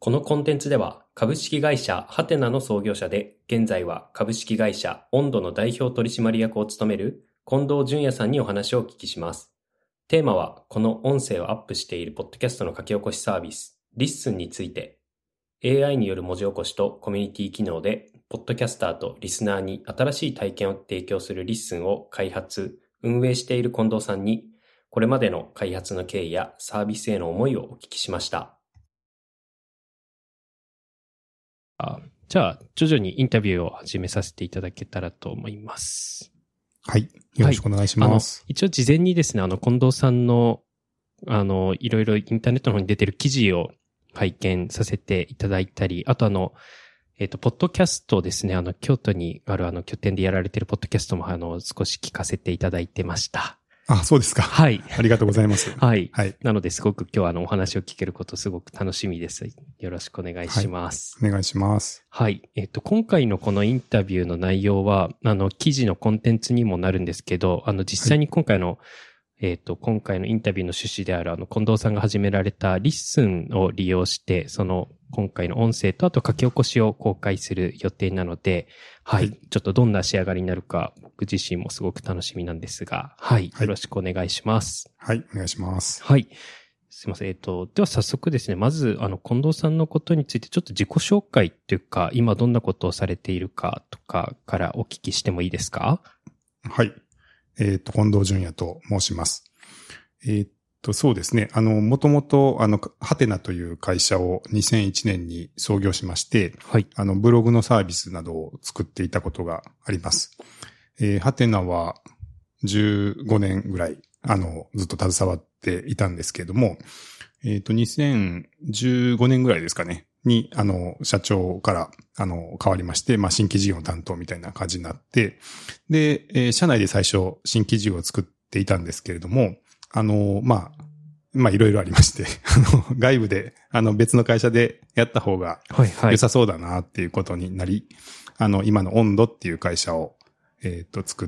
このコンテンツでは株式会社ハテナの創業者で現在は株式会社オンドの代表取締役を務める近藤淳也さんにお話をお聞きします。テーマはこの音声をアップしているポッドキャストの書き起こしサービスリッスンについて AI による文字起こしとコミュニティ機能でポッドキャスターとリスナーに新しい体験を提供するリッスンを開発・運営している近藤さんにこれまでの開発の経緯やサービスへの思いをお聞きしました。じゃあ、徐々にインタビューを始めさせていただけたらと思います。 はい。よろしくお願いします。 一応事前にですね、近藤さんの、いろいろインターネットの方に出てる記事を拝見させていただいたり、あとポッドキャストですね、京都にある拠点でやられてるポッドキャストも少し聞かせていただいてました。 あ、そうですか。 はい。 ありがとうございます。 はい。はい。なので、すごく今日お話を聞けることすごく楽しみです。よろしくお願いします。 はい、お願いします。 はい。今回のこのインタビューの内容は、記事のコンテンツにもなるんですけど、実際に今回の、今回のインタビューの趣旨である近藤さんが始められたリッスンを利用して、今回の音声とあと書き起こしを公開する予定なので、はい。ちょっとどんな仕上がりになるか、僕自身もすごく楽しみなんですが、はい。よろしくお願いします。 はい、お願いします。 はい。すいません。では早速ですね、まず、近藤さんのことについてちょっと自己紹介っていうか、今どんなことをされているかとかからお聞きしてもいいですか？ はい。近藤淳也と申します。そうですね。もともと、ハテナという会社を2001年に創業しまして、 はい。 ブログのサービスなどを作っていたことがあります。ハテナは15年ぐらい、ずっと携わっていたんですけれども、2015年ぐらいですかね、に、社長から、変わりまして、新規事業担当みたいな感じになって、で、社内で最初、新規事業を作っていたんですけれども、いろいろありまして、外部で、別の会社でやった方が良さそうだなっていうことになり、今のオンドっていう会社を、作って、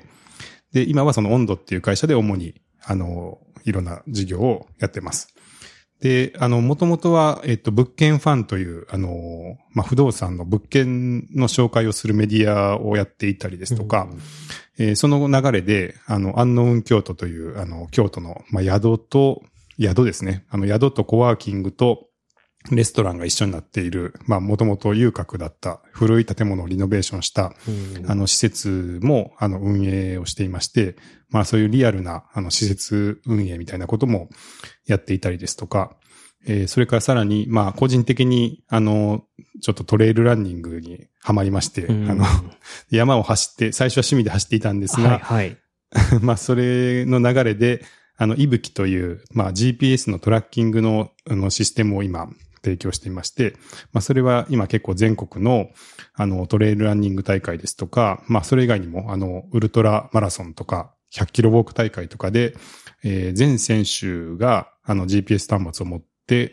で、今はそのオンドっていう会社で主に、いろんな事業をやってます。で、もともとは、物件ファンという、不動産の物件の紹介をするメディアをやっていたりですとか、その流れで、アンノウン京都という、京都の、宿ですね。宿とコワーキングとレストランが一緒になっている、もともと遊郭だった古い建物をリノベーションした、施設も、運営をしていまして、そういうリアルな、施設運営みたいなこともやっていたりですとか、それからさらに、個人的に、ちょっとトレイルランニングにハマりまして、山を走って、最初は趣味で走っていたんですが、 はい。 それの流れで、いぶきという、GPS のトラッキングの、システムを今、提供していまして、それは今結構全国の、トレイルランニング大会ですとか、それ以外にも、ウルトラマラソンとか、100キロウォーク大会とかで、全選手が、GPS 端末を持って、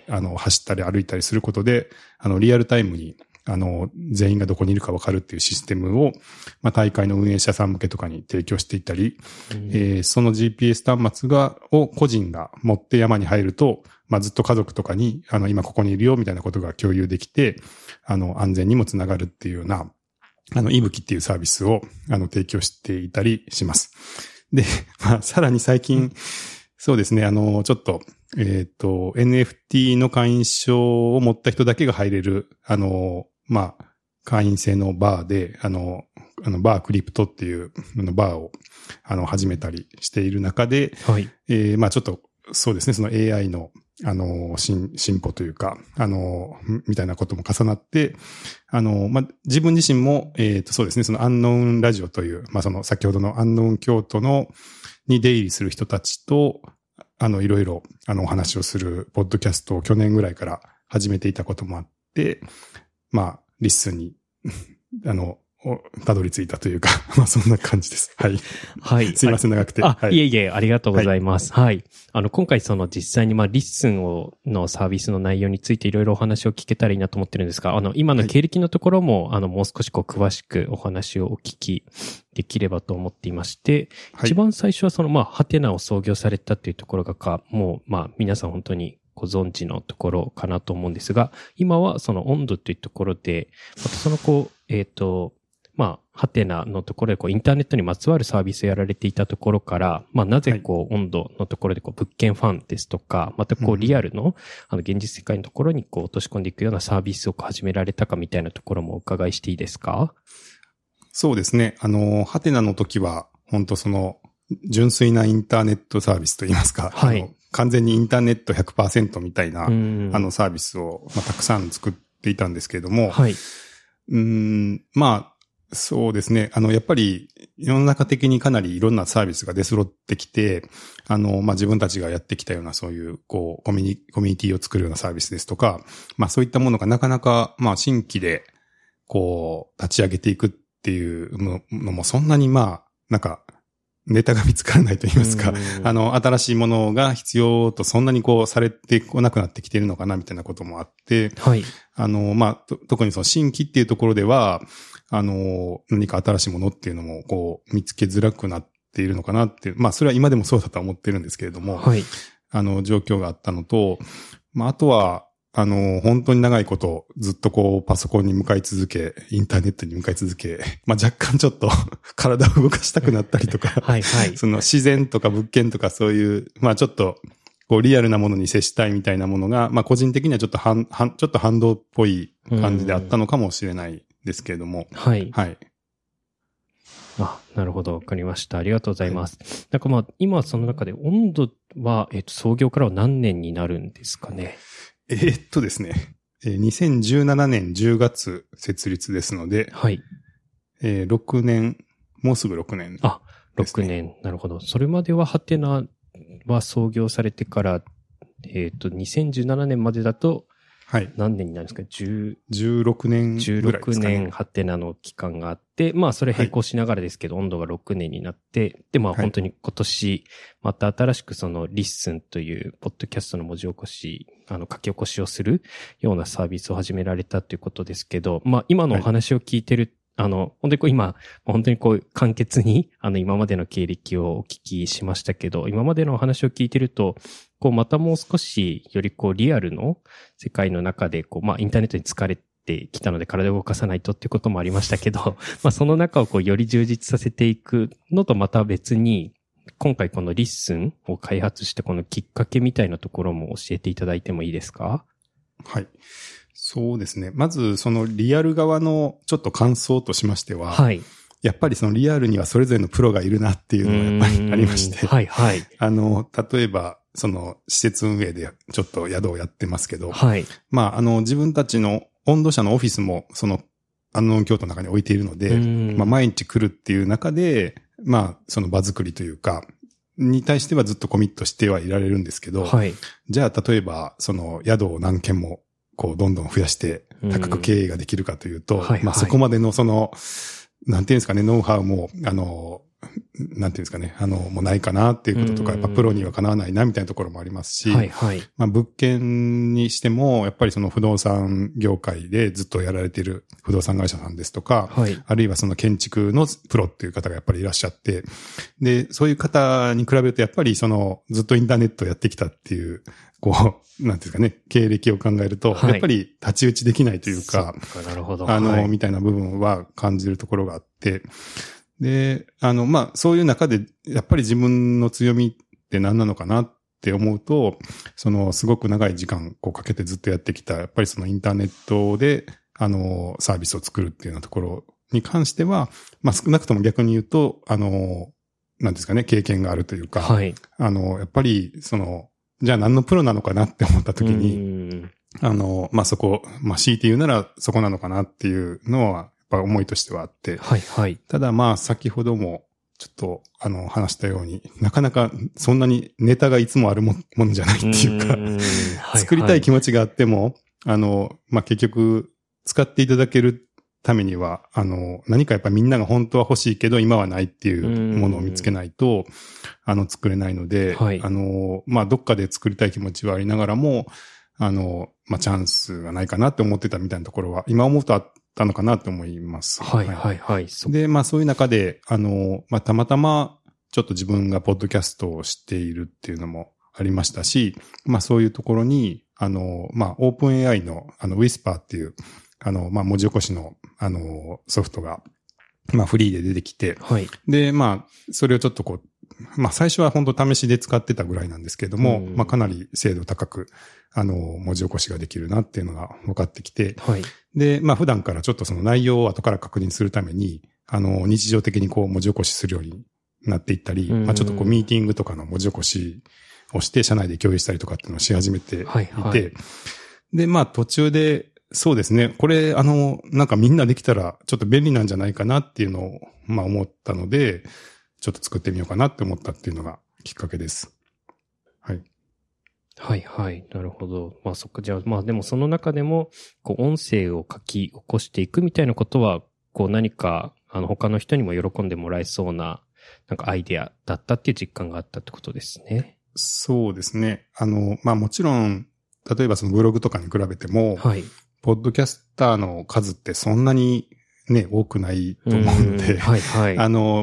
走ったり歩いたりすることで、リアルタイムに、全員がどこにいるか分かるっていうシステムを、大会の運営者さん向けとかに提供していたり、その GPS 端末を個人が持って山に入ると、ずっと家族とかに、今ここにいるよみたいなことが共有できて、安全にもつながるっていうような、いぶきっていうサービスを、提供していたりします。で、さらに最近、そうですね、ちょっと、NFT の会員証を持った人だけが入れる、会員制のバーで、バークリプトっていうバーを、始めたりしている中で、 はい。 ちょっと、そうですね、その AI の、進歩というか、みたいなことも重なって、自分自身も、そうですね、そのアンノウンラジオという、その先ほどのアンノウン京都に出入りする人たちと、いろいろ、お話をするポッドキャストを去年ぐらいから始めていたこともあって、リッスンに、たどり着いたというか、そんな感じです。はい。 はい。 すいません、長くて。 はい。 いえいえ、ありがとうございます。はい。今回実際にリッスンのサービスの内容についていろいろお話を聞けたらいいなと思ってるんですが、今の経歴のところも、もう少し詳しくお話をお聞きできればと思っていまして、一番最初はハテナを創業されたっていうところがもう、皆さん本当にご存知のところかなと思うんですが、今はその温度というところで、またそのハテナのところでインターネットにまつわるサービスをやられていたところから、なぜ温度のところで物件ファンですとか、またリアルの現実世界のところに落とし込んでいくようなサービスを始められたかみたいなところもお伺いしていいですか？ そうですね。ハテナの時は、本当純粋なインターネットサービスといいますか、 はい。 完全にインターネット 100% みたいな、サービスを、たくさん作っていたんですけれども、 はい。 そうですね。やっぱり世の中的にかなりいろんなサービスが出揃ってきて、自分たちがやってきたようなそういうコミュニティを作るようなサービスですとか、そういったものがなかなか新規で立ち上げていくっていうのもそんなにネタが見つからないと言いますか、新しいものが必要とそんなにされてこなくなってきているのかなみたいなこともあって、 はい。 特に新規っていうところでは、何か新しいものっていうのも見つけづらくなっているのかなっていう、それは今でもそうだとは思ってるんですけれども、 はい。 状況があったのと、あとは、本当に長いことずっとパソコンに向かい続け、インターネットに向かい続け、若干ちょっと体を動かしたくなったりとか、 はいはい。 自然とか物件とかそういう、ちょっと、リアルなものに接したいみたいなものが、個人的にはちょっとちょっと反動っぽい感じであったのかもしれないですけれども。 はい。 はい。 なるほど。わかりました。ありがとうございます。はい、今その中で温度は、創業からは何年になるんですかね。 ですね。2017年10月設立ですので、 はい。 6年、もうすぐ6年、ね。 6年。なるほど。それまではハテナは創業されてから、2017年までだと、 はい。 何年になるんですか ？16年ぐらいですかね。 16年ハテナの期間があって、それ並行しながらですけど、温度が6年になって、で、本当に今年、また新しくリッスンという、ポッドキャストの文字起こし、書き起こしをするようなサービスを始められたということですけど、今のお話を聞いてる、本当に今、本当に簡潔に、今までの経歴をお聞きしましたけど、今までのお話を聞いてると、またもう少し、よりリアルの世界の中で、インターネットに疲れてきたので体を動かさないとっていうこともありましたけど、その中をより充実させていくのとまた別に、今回このリッスンを開発したこのきっかけみたいなところも教えていただいてもいいですか？ はい。そうですね。まず、リアル側のちょっと感想としましては、 はい。 やっぱりリアルにはそれぞれのプロがいるなっていうのがやっぱりありまして。 はいはい。 例えば、施設運営でちょっと宿をやってますけど、 はい。 自分たちの温度社のオフィスも、安納京都の中に置いているので、毎日来るっていう中で、場作りというか、に対してはずっとコミットしてはいられるんですけど、 はい。 じゃあ、例えば、宿を何軒も、どんどん増やして、高く経営ができるかというと、そこまでのなんていうんですかね、ノウハウも、なんていうんですかね、もうないかなっていうこととか、やっぱプロにはかなわないなみたいなところもありますし、 はいはい。 物件にしても、やっぱり不動産業界でずっとやられている不動産会社さんですとか、 はい。 あるいは建築のプロっていう方がやっぱりいらっしゃって、で、そういう方に比べるとやっぱりずっとインターネットをやってきたっていう、なんていうんですかね、経歴を考えると、やっぱり太刀打ちできないというか、 なるほど。 みたいな部分は感じるところがあって、で、そういう中で、やっぱり自分の強みって何なのかなって思うと、すごく長い時間かけてずっとやってきた、やっぱりインターネットで、サービスを作るっていうようなところに関しては、少なくとも逆に言うと、なんですかね、経験があるというか、 はい。 やっぱり、じゃあ何のプロなのかなって思った時に、そこ、強いて言うならそこなのかなっていうのは、やっぱ思いとしてはあって。 はいはい。 ただ先ほども、ちょっと、話したように、なかなかそんなにネタがいつもあるものじゃないっていうか、作りたい気持ちがあっても、結局、使っていただけるためには、何かやっぱみんなが本当は欲しいけど今はないっていうものを見つけないと、作れないので、 はい、 どっかで作りたい気持ちはありながらも、チャンスがないかなって思ってたみたいなところは、今思うとあったのかなと思います。 はいはいはい。 で、そういう中で、たまたま、ちょっと自分がポッドキャストをしているっていうのもありましたし、まあそういうところに、まあオープン AI のWhisper っていう、まあ文字起こしの、ソフトが、まあフリーで出てきて、 はい。 で、まあ、それをちょっとこう、まあ最初は本当試しで使ってたぐらいなんですけども、まあかなり精度高く、文字起こしができるなっていうのが分かってきて、 はい。 で、まあ普段からちょっとその内容を後から確認するために、日常的にこう文字起こしするようになっていったり、まあちょっとこうミーティングとかの文字起こしをして社内で共有したりとかっていうのをし始めていて、 はいはい、 で、まあ途中で、そうですね。これ、なんかみんなできたらちょっと便利なんじゃないかなっていうのを、まあ思ったので、ちょっと作ってみようかなって思ったっていうのがきっかけです。はい。 はいはい。なるほど。まあそっか。じゃあ、まあでもその中でも、こう音声を書き起こしていくみたいなことは、こう何か、他の人にも喜んでもらえそうな、なんかアイデアだったっていう実感があったってことですね。 そうですね。まあもちろん、例えばそのブログとかに比べても、はい。ポッドキャスターの数ってそんなにね、多くないと思うんで、はいはい。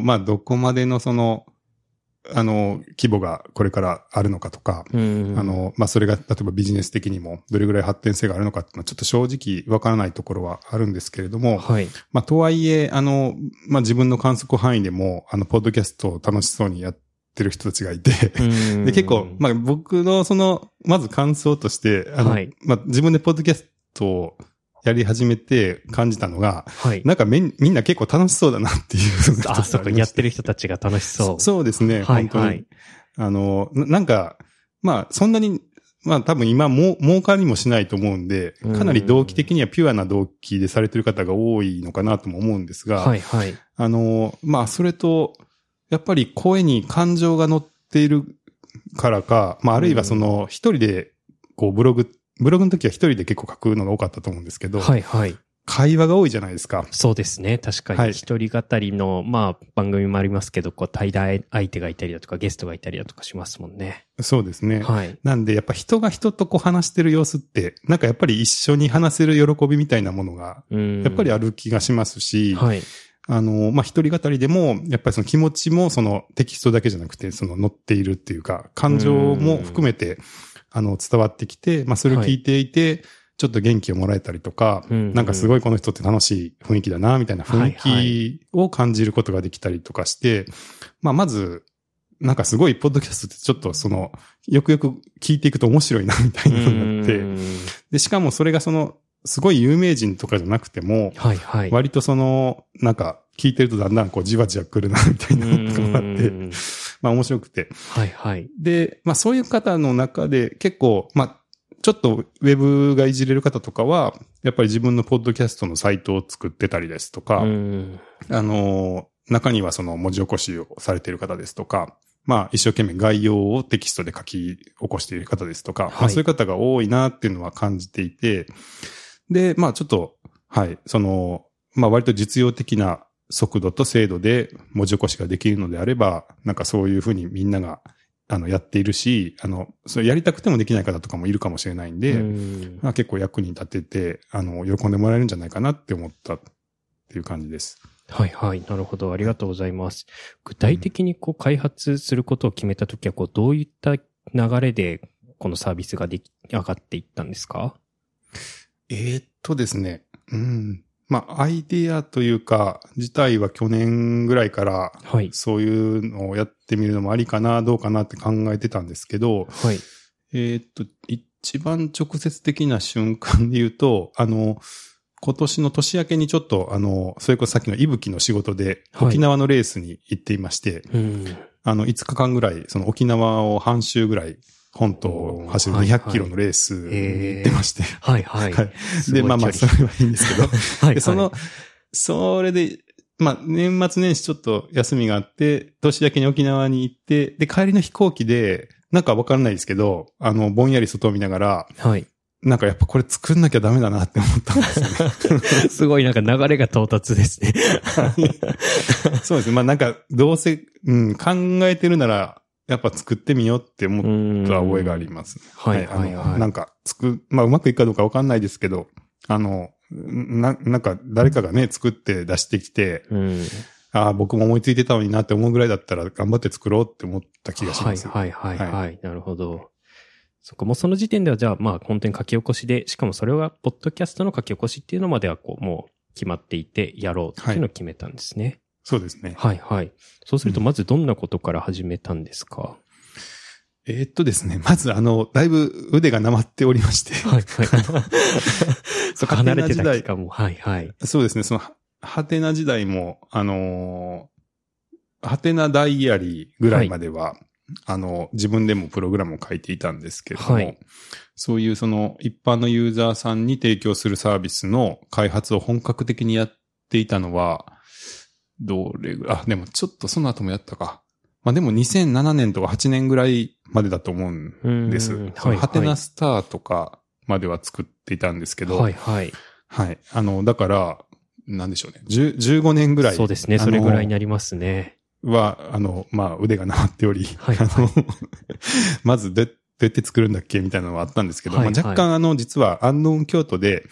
まあ、どこまでのその、規模がこれからあるのかとか、まあ、それが例えばビジネス的にもどれぐらい発展性があるのかっていうのはちょっと正直わからないところはあるんですけれども、はい。まあ、とはいえ、まあ、自分の観測範囲でも、ポッドキャストを楽しそうにやってる人たちがいて、で、結構、まあ、僕のその、まず感想として、はい。まあ、自分でポッドキャストをやり始めて感じたのが、はい。なんかみんな結構楽しそうだなっていう。 あ、そうか、やってる人たちが楽しそう。 そうですね、はい、本当に。はい。なんか、まあ、そんなに、まあ多分今儲かりもしないと思うんで、かなり動機的にはピュアな動機でされてる方が多いのかなとも思うんですが、はいはい。まあそれと、やっぱり声に感情が乗っているからか、まああるいはその一人でこうブログの時は一人で結構書くのが多かったと思うんですけど、はいはい。会話が多いじゃないですか。 そうですね。確かに。一人語りの、まあ、番組もありますけど、こう、対談相手がいたりだとか、ゲストがいたりだとかしますもんね。 そうですね。はい。なんで、やっぱ人が人とこう話してる様子って、なんかやっぱり一緒に話せる喜びみたいなものが、やっぱりある気がしますし、はい。まあ、一人語りでも、やっぱりその気持ちも、そのテキストだけじゃなくて、その乗っているっていうか、感情も含めて、伝わってきて、まあ、それを聞いていて、はい、ちょっと元気をもらえたりとか、なんかすごいこの人って楽しい雰囲気だな、みたいな雰囲気を感じることができたりとかして、まあ、まず、なんかすごいポッドキャストってちょっとその、よくよく聞いていくと面白いな、みたいなのになって、で、しかもそれがその、すごい有名人とかじゃなくても、はいはい、割とその、なんか聞いてるとだんだんこうじわじわ来るな、みたいなのがあって、まあ面白くて。はいはい。で、まあそういう方の中で結構、まあ、ちょっとウェブがいじれる方とかは、やっぱり自分のポッドキャストのサイトを作ってたりですとか、中にはその文字起こしをされている方ですとか、まあ一生懸命概要をテキストで書き起こしている方ですとか、はい、まあそういう方が多いなっていうのは感じていて、で、まあちょっと、はい、その、まあ割と実用的な速度と精度で文字起こしができるのであれば、なんかそういうふうにみんなが、やっているし、それやりたくてもできない方とかもいるかもしれないんで、まあ、結構役に立てて、喜んでもらえるんじゃないかなって思ったっていう感じです。 はいはい。なるほど。ありがとうございます。具体的にこう開発することを決めたときは、こうどういった流れでこのサービスが上がっていったんですか？ ですね。まあ、アイデアというか、自体は去年ぐらいから、はい。そういうのをやってみるのもありかな、どうかなって考えてたんですけど、はい。一番直接的な瞬間で言うと、今年の年明けにちょっと、それこそさっきの息吹の仕事で、沖縄のレースに行っていまして、はい、5日間ぐらい、その沖縄を半周ぐらい、本島を走る200キロのレースに行ってまして。はいはい。はい。で、まあまあ、それはいいんですけど。はい。で、それで、まあ、年末年始ちょっと休みがあって、年明けに沖縄に行って、で、帰りの飛行機で、なんかわからないですけど、ぼんやり外を見ながら、はい。なんかやっぱこれ作んなきゃダメだなって思ったんですね。 すごいなんか流れが到達ですね。 そうですね。まあなんか、どうせ、考えてるなら、やっぱ作ってみようって思った覚えがあります。はいはいはい。なんかまあうまくいくかどうかわかんないですけど、なんか誰かがね、作って出してきて、 僕も思いついてたのになって思うぐらいだったら頑張って作ろうって思った気がします。 はい。なるほど。そこもその時点ではじゃあ本当に書き起こしで、しかもそれはポッドキャストの書き起こしっていうのまではもう決まっていてやろうっていうのを決めたんですね。 そうですね。 はい。そうするとまずどんなことから始めたんですか？ ですね、まずだいぶ腕がなまっておりまして。 はい。そこ離れてた期間も。はい。 そうですね、その、ハテナ時代も、ハテナダイアリーぐらいまでは、自分でもプログラムを書いていたんですけれども、そういうその一般のユーザーさんに提供するサービスの開発を本格的にやっていたのは、でもちょっとその後もやったか。でも2007年とか8年ぐらいまでだと思うんです。ハテナスターとかまでは作っていたんですけど、はい。だから、なんでしょうね。15年ぐらい。 そうですね。それぐらいになりますね。 腕がなまっており、まずどうやって作るんだっけみたいなのはあったんですけど、若干実はアンノーン京都で、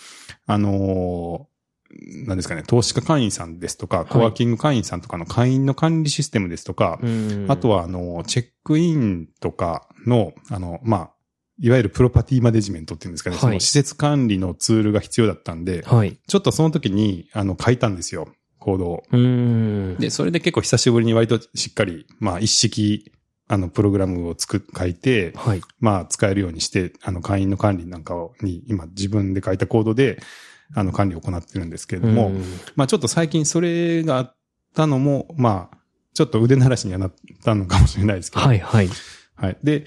なんですかね、投資家会員さんですとか、コワーキング会員さんとかの会員の管理システムですとか、あとはチェックインとかの、いわゆるプロパティマネジメントっていうんですかね、その施設管理のツールが必要だったんで、ちょっとその時に書いたんですよ、コードを。で、それで結構久しぶりに割としっかり、一式、プログラムを書いて、使えるようにして、会員の管理なんかに、今自分で書いたコードで、管理を行ってるんですけれども、ちょっと最近それがあったのも、ちょっと腕慣らしにはなったのかもしれないですけど。はい。で、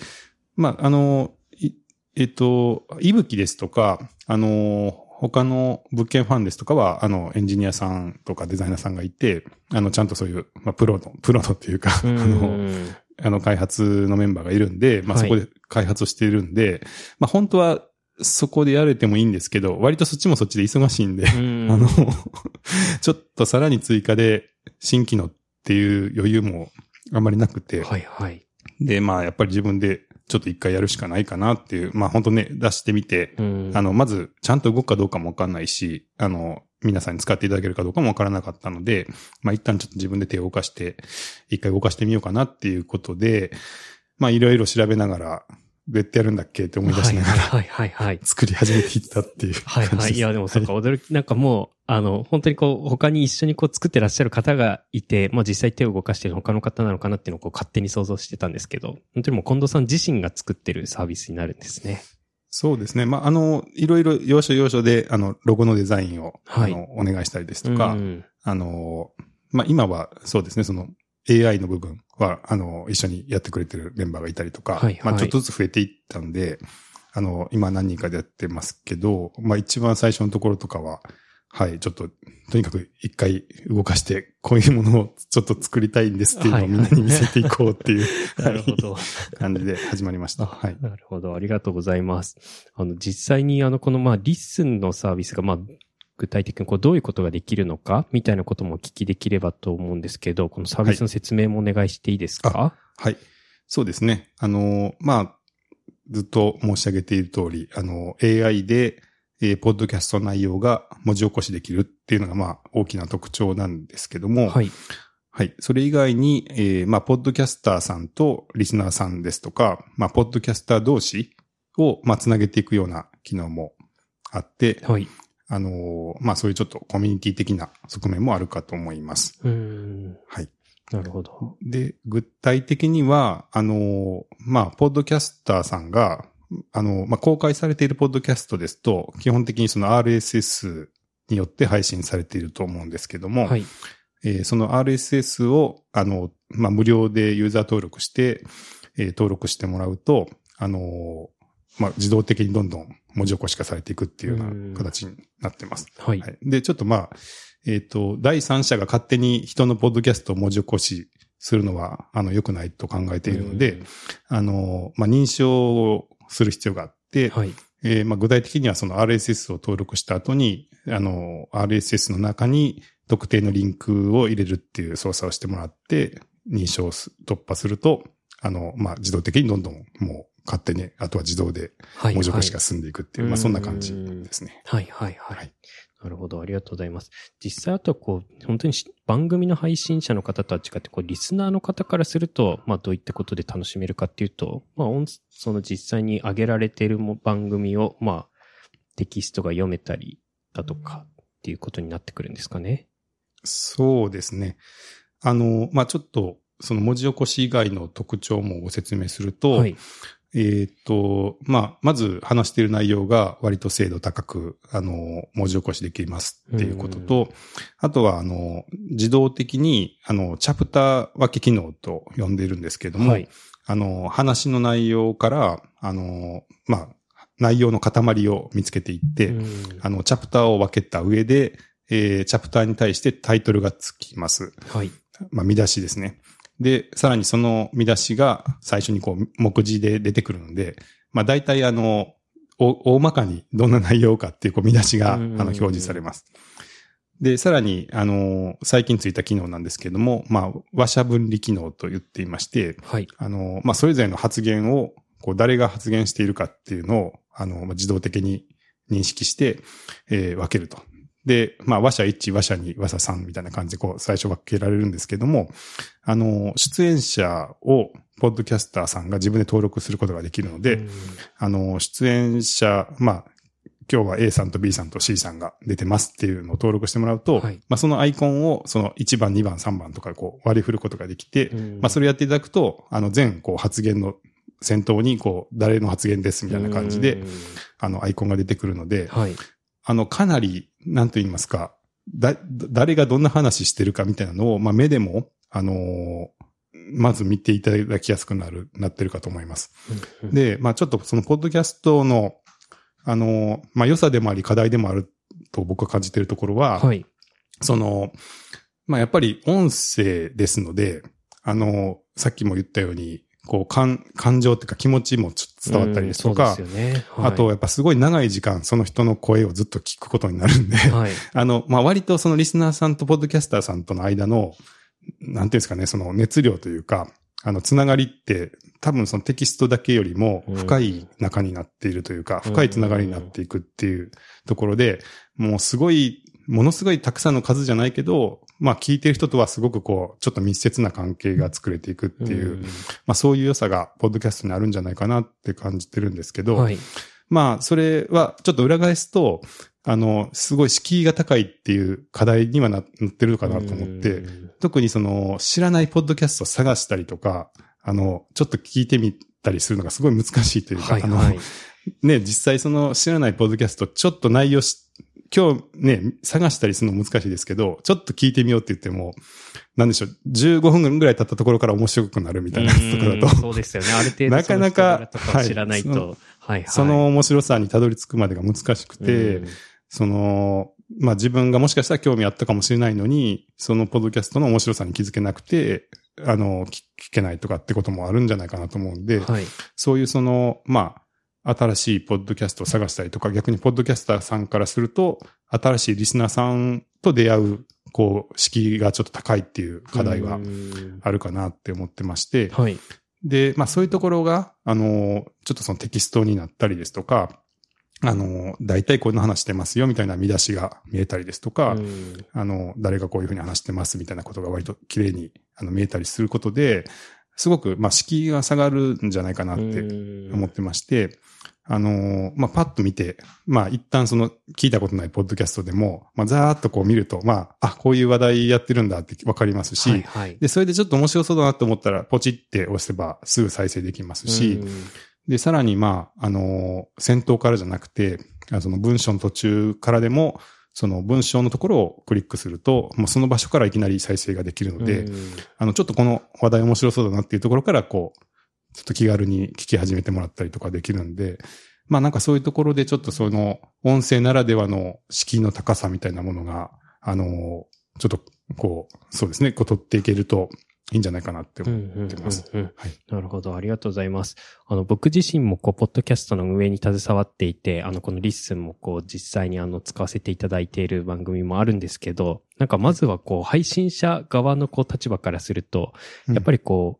いぶきですとか、他の物件ファンですとかは、エンジニアさんとかデザイナーさんがいて、ちゃんとそういう、プロのっていうか、開発のメンバーがいるんで、そこで開発をしているんで、本当はそこでやれてもいいんですけど、割とそっちもそっちで忙しいんで、ちょっとさらに追加で新規のっていう余裕もあんまりなくて、で、やっぱり自分でちょっと一回やるしかないかなっていう、本当ね、出してみて、まずちゃんと動くかどうかもわかんないし、皆さんに使っていただけるかどうかもわからなかったので、一旦ちょっと自分で手を動かして、一回動かしてみようかなっていうことで、いろいろ調べながら、どうやってやるんだっけって思い出しながら、作り始めていったっていう感じです。 いや、でもそうか、驚き、なんかもう、本当に他に一緒に作ってらっしゃる方がいて、実際手を動かしている他の方なのかなっていうのを勝手に想像してたんですけど、本当にもう近藤さん自身が作ってるサービスになるんですね。 そうですね。いろいろ要所要所で、ロゴのデザインを、お願いしたりですとか、今はそうですね、その AI の部分は、一緒にやってくれてるメンバーがいたりとか、ちょっとずつ増えていったんで、今何人かでやってますけど、一番最初のところとかは、ちょっと、とにかく一回動かして、こういうものをちょっと作りたいんですっていうのをみんなに見せていこうっていう、 なるほど。 感じで始まりました。 なるほど。ありがとうございます。実際にこのリッスンのサービスが具体的にどういうことができるのかみたいなこともお聞きできればと思うんですけど、このサービスの説明もお願いしていいですか？ はい。そうですね。ずっと申し上げている通り、AI で、ポッドキャスト内容が文字起こしできるっていうのが大きな特徴なんですけども、はい。それ以外に、ポッドキャスターさんとリスナーさんですとか、ポッドキャスター同士を、つなげていくような機能もあって、はい。そういうちょっとコミュニティ的な側面もあるかと思います。はい。 なるほど。 で、具体的には、ポッドキャスターさんが、公開されているポッドキャストですと、基本的にその RSS によって配信されていると思うんですけども、はい。その RSS を、無料でユーザー登録して、登録してもらうと、自動的にどんどん文字起こし化されていくっていうような形になってます。はい。で、ちょっと第三者が勝手に人のポッドキャストを文字起こしするのは、良くないと考えているので、認証をする必要があって、はい。具体的にはその RSS を登録した後に、RSS の中に特定のリンクを入れるっていう操作をしてもらって、認証を突破すると、自動的にどんどんもう勝手に、あとは自動で文字起こしが進んでいくっていう、そんな感じですね。 はい。ななるほど。ありがとうございます。実際あとは本当に番組の配信者の方とは違って、リスナーの方からすると、どういったことで楽しめるかっていうと、その実際に上げられている番組を、テキストが読めたりだとかっていうことになってくるんですかね。 そうですね。ちょっと、その文字起こし以外の特徴もご説明すると、はい。まず話している内容が割と精度高く、文字起こしできますっていうことと、あとは、自動的に、チャプター分け機能と呼んでいるんですけれども、はい。話の内容から、内容の塊を見つけていって、チャプターを分けた上で、チャプターに対してタイトルがつきます。はい。見出しですね。で、さらにその見出しが最初に目次で出てくるので、大体大まかにどんな内容かっていう見出しが表示されます。で、さらに最近ついた機能なんですけれども、話者分離機能と言っていまして、はい。それぞれの発言を誰が発言しているかっていうのを自動的に認識して、分けると。で、話者1、話者2、話者3みたいな感じで最初分けられるんですけども、出演者をポッドキャスターさんが自分で登録することができるので、出演者、今日は A さんと B さんと C さんが出てますっていうのを登録してもらうと、はい。そのアイコンをその1番、2番、3番とか割り振ることができて、それをやっていただくと、全発言の先頭に誰の発言ですみたいな感じで、アイコンが出てくるので、はい。かなり、なんと言いますか、誰がどんな話してるかみたいなのを、目でも、まず見ていただきやすくなってるかと思います。で、ちょっとそのポッドキャストの、良さでもあり課題でもあると僕は感じているところは、はい。やっぱり音声ですので、さっきも言ったように、感情っていうか気持ちも伝わったりですとか、そうですよね。はい、あと、やっぱすごい長い時間、その人の声をずっと聞くことになるんで、はい、割とそのリスナーさんとポッドキャスターさんとの間の、なんていうんですかね、その熱量というか、つながりって、多分そのテキストだけよりも深い仲になっているというか、深いつながりになっていくっていうところで、ものすごいたくさんの数じゃないけど、聞いてる人とはすごくちょっと密接な関係が作れていくっていう、そういう良さがポッドキャストにあるんじゃないかなって感じてるんですけど、はい、それはちょっと裏返すと、すごい敷居が高いっていう課題にはなってるのかなと思って、特に知らないポッドキャストを探したりとか、ちょっと聞いてみたりするのがすごい難しいというか、はい、実際知らないポッドキャストちょっと内容今日ね、探したりするの難しいですけど、ちょっと聞いてみようって言っても、なんでしょう、15分ぐらい経ったところから面白くなるみたいなやつとかだと。 そうですよね。ある程度なかなか知らないと、 その面白さにたどり着くまでが難しくて、自分がもしかしたら興味あったかもしれないのに、そのポッドキャストの面白さに気づけなくて、聞けないとかってこともあるんじゃないかなと思うんで、はい、そういう新しいポッドキャストを探したりとか、逆にポッドキャスターさんからすると、新しいリスナーさんと出会う、敷居がちょっと高いっていう課題はあるかなって思ってまして、はい。で、そういうところが、ちょっとそのテキストになったりですとか、大体こんな話してますよみたいな見出しが見えたりですとか、誰がこういうふうに話してますみたいなことが割と綺麗に見えたりすることで、すごく、敷居が下がるんじゃないかなって思ってまして、パッと見て、一旦聞いたことないポッドキャストでも、ざーっと見ると、こういう話題やってるんだってわかりますし、はいはい、で、それでちょっと面白そうだなと思ったら、ポチって押せばすぐ再生できますし、で、さらに先頭からじゃなくて、文章の途中からでも、その文章のところをクリックすると、もうその場所からいきなり再生ができるので、ちょっとこの話題面白そうだなっていうところからちょっと気軽に聞き始めてもらったりとかできるんで、そういうところでちょっと音声ならではの敷居の高さみたいなものが、ちょっとそうですね、取っていけるといいんじゃないかなって思ってます。 なるほど。ありがとうございます。僕自身もポッドキャストの運営に携わっていて、このリッスンも実際に使わせていただいている番組もあるんですけど、まずは配信者側の立場からすると、やっぱり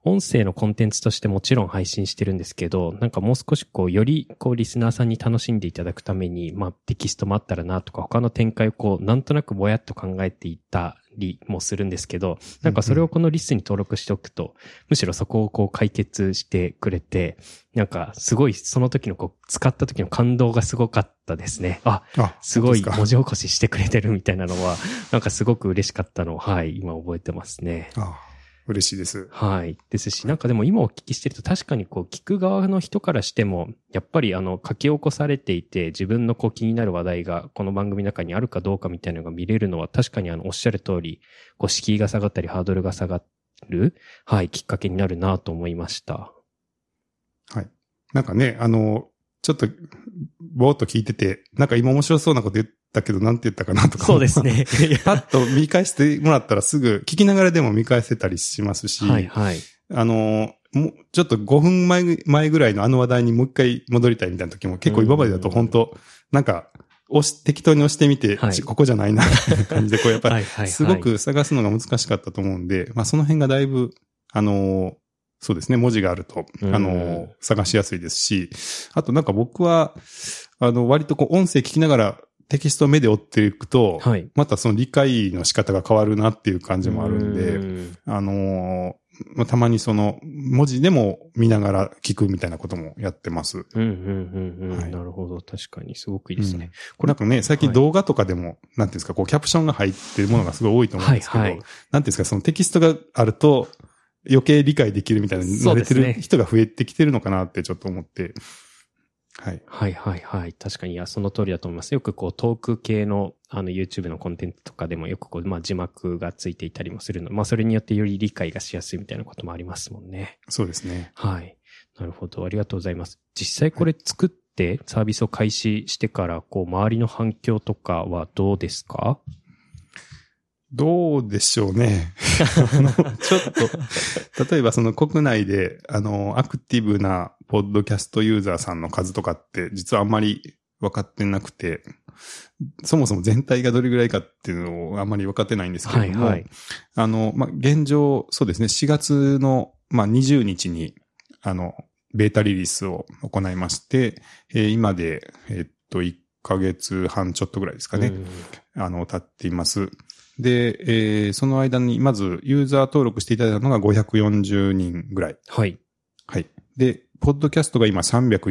音声のコンテンツとしてもちろん配信してるんですけど、なんかもう少しよりリスナーさんに楽しんでいただくために、テキストもあったらなとか、他の展開をなんとなくぼやっと考えていたりもするんですけど、なんかそれをこのリストに登録しておくと、むしろそこを解決してくれて、なんかすごいその時の使った時の感動がすごかったですね。すごい文字起こししてくれてるみたいなのは、なんかすごく嬉しかったのを、今覚えてますね。 嬉しいです。 はい。ですし、なんかでも今お聞きしてると確かに聞く側の人からしても、やっぱり書き起こされていて、自分の気になる話題がこの番組の中にあるかどうかみたいなのが見れるのは確かにおっしゃる通り、敷居が下がったりハードルが下がる、きっかけになるなと思いました。 はい。なんかね、ちょっと、ぼーっと聞いてて、なんか今面白そうなこと言ったけど、なんて言ったかなとか。 そうですね。 パッと見返してもらったらすぐ、聞きながらでも見返せたりしますし、 はいはい。 もうちょっと5分前ぐらいの話題にもう一回戻りたいみたいな時も結構今までだと本当なんか、適当に押してみて、ここじゃないな、みたいな感じで、やっぱり、すごく探すのが難しかったと思うんで、その辺がだいぶ、そうですね、文字があると、探しやすいですし、あとなんか僕は、割と音声聞きながらテキストを目で追っていくと、またその理解の仕方が変わるなっていう感じもあるんで、たまにその文字でも見ながら聞くみたいなこともやってます。なるほど。確かにすごくいいですね。 これなんかね、最近動画とかでも、なんていうんですか、キャプションが入ってるものがすごい多いと思うんですけど、なんていうんですか、そのテキストがあると余計理解できるみたいな慣れてる人が増えてきてるのかなってちょっと思って、はい。 確かに、その通りだと思います。よくトーク系のYouTube のコンテンツとかでもよく字幕がついていたりもするので、それによってより理解がしやすいみたいなこともありますもんね。 そうですね。 はい。なるほど。ありがとうございます。実際これ作ってサービスを開始してから周りの反響とかはどうですか？ どうでしょうね。ちょっと、例えばその国内で、アクティブなポッドキャストユーザーさんの数とかって実はあんまり分かってなくて、そもそも全体がどれぐらいかっていうのをあんまり分かってないんですけれども、現状、そうですね、4月の、20日に、ベータリリースを行いまして、今で、1ヶ月半ちょっとぐらいですかね、経っています。で、その間に、まず、ユーザー登録していただいたのが540人ぐらい。はい。で、ポッドキャストが今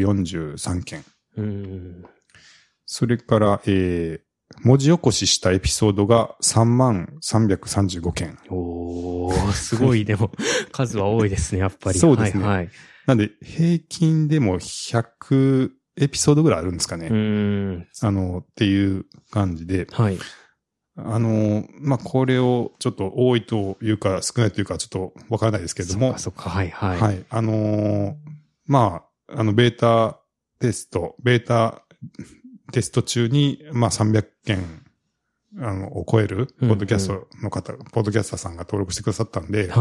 343件。それから、文字起こししたエピソードが3335件。 すごい、でも、数は多いですね、やっぱり。 そうですね。なんで、平均でも100エピソードぐらいあるんですかね。っていう感じで。これをちょっと多いというか少ないというかちょっとわからないですけれども。 そっか。 ベータテスト中に、300件、を超える、ポッドキャストの方、ポッドキャスターさんが登録してくださったんで、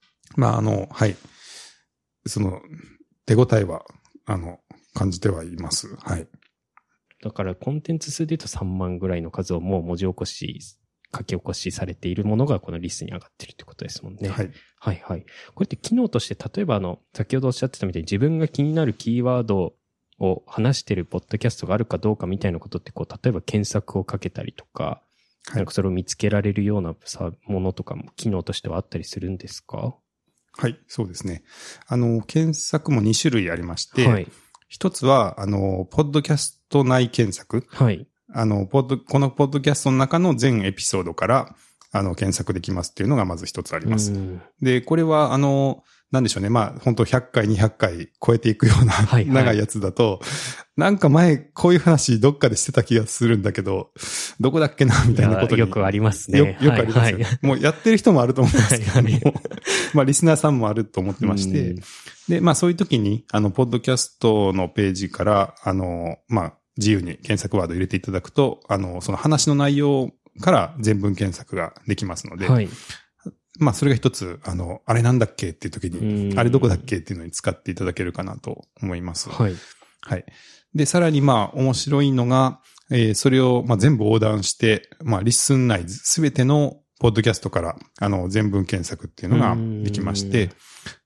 その、手応えは、感じてはいます。 だからコンテンツ数で言うと3万ぐらいの数をもう文字起こし、書き起こしされているものがこのリストに上がっているってことですもんね。これって機能として例えば先ほどおっしゃってたみたいに自分が気になるキーワードを話しているポッドキャストがあるかどうかみたいなことって例えば検索をかけたりとか、なんかそれを見つけられるようなものとかも機能としてはあったりするんですか？ はい、そうですね。検索も2種類ありまして、一つは、ポッドキャスト内検索。このポッドキャストの中の全エピソードから、検索できますっていうのがまず一つあります。で、これは、なんでしょうね。本当100回、200回超えていくような長いやつだと、なんか前、こういう話どっかでしてた気がするんだけど、どこだっけなみたいなことに。 よくありますね。 よくありますよね。もうやってる人もあると思うんですけども、リスナーさんもあると思ってまして、で、そういう時に、ポッドキャストのページから、自由に検索ワード入れていただくと、その話の内容から全文検索ができますので、それが一つ、あれなんだっけっていう時に、あれどこだっけっていうのに使っていただけるかなと思います。で、さらに面白いのが、それを全部横断して、リスン内すべてのポッドキャストから、全文検索っていうのができまして、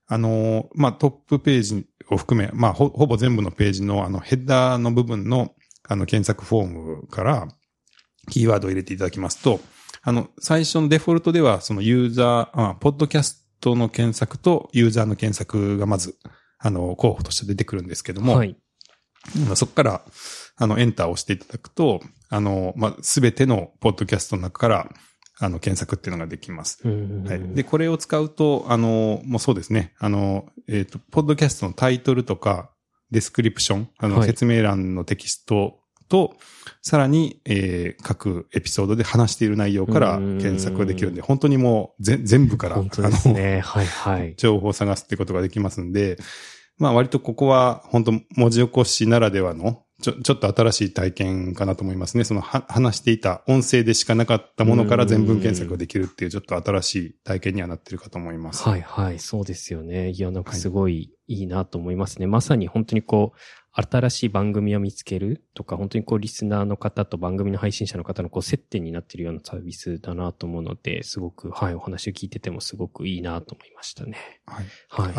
まあ、トップページを含め、まあ、ほぼ全部のページのヘッダーの部分の検索フォームからキーワードを入れていただきますと、最初のデフォルトでは、そのユーザー、ポッドキャストの検索とユーザーの検索がまず、候補として出てくるんですけども、はい。そこから、エンターを押していただくと、まあ、すべてのポッドキャストの中から、検索っていうのができます。はい。で、これを使うと、もうそうですね。ポッドキャストのタイトルとか、デスクリプション、はい、説明欄のテキストと、さらに、各エピソードで話している内容から検索ができるんで、本当にもう全部から、 本当ですね。はいはい。 情報を探すってことができますんで、まあ割とここは本当文字起こしならではの、ちょっと新しい体験かなと思いますね。その話していた音声でしかなかったものから全文検索ができるっていうちょっと新しい体験にはなってるかと思います。 はいはい。そうですよね。いや、なんかすごいいいなと思いますね。はい、まさに本当にこう、新しい番組を見つけるとか、本当にこうリスナーの方と番組の配信者の方のこう接点になっているようなサービスだなと思うので、すごく、はい、お話を聞いててもすごくいいなと思いましたね。 はい。はい。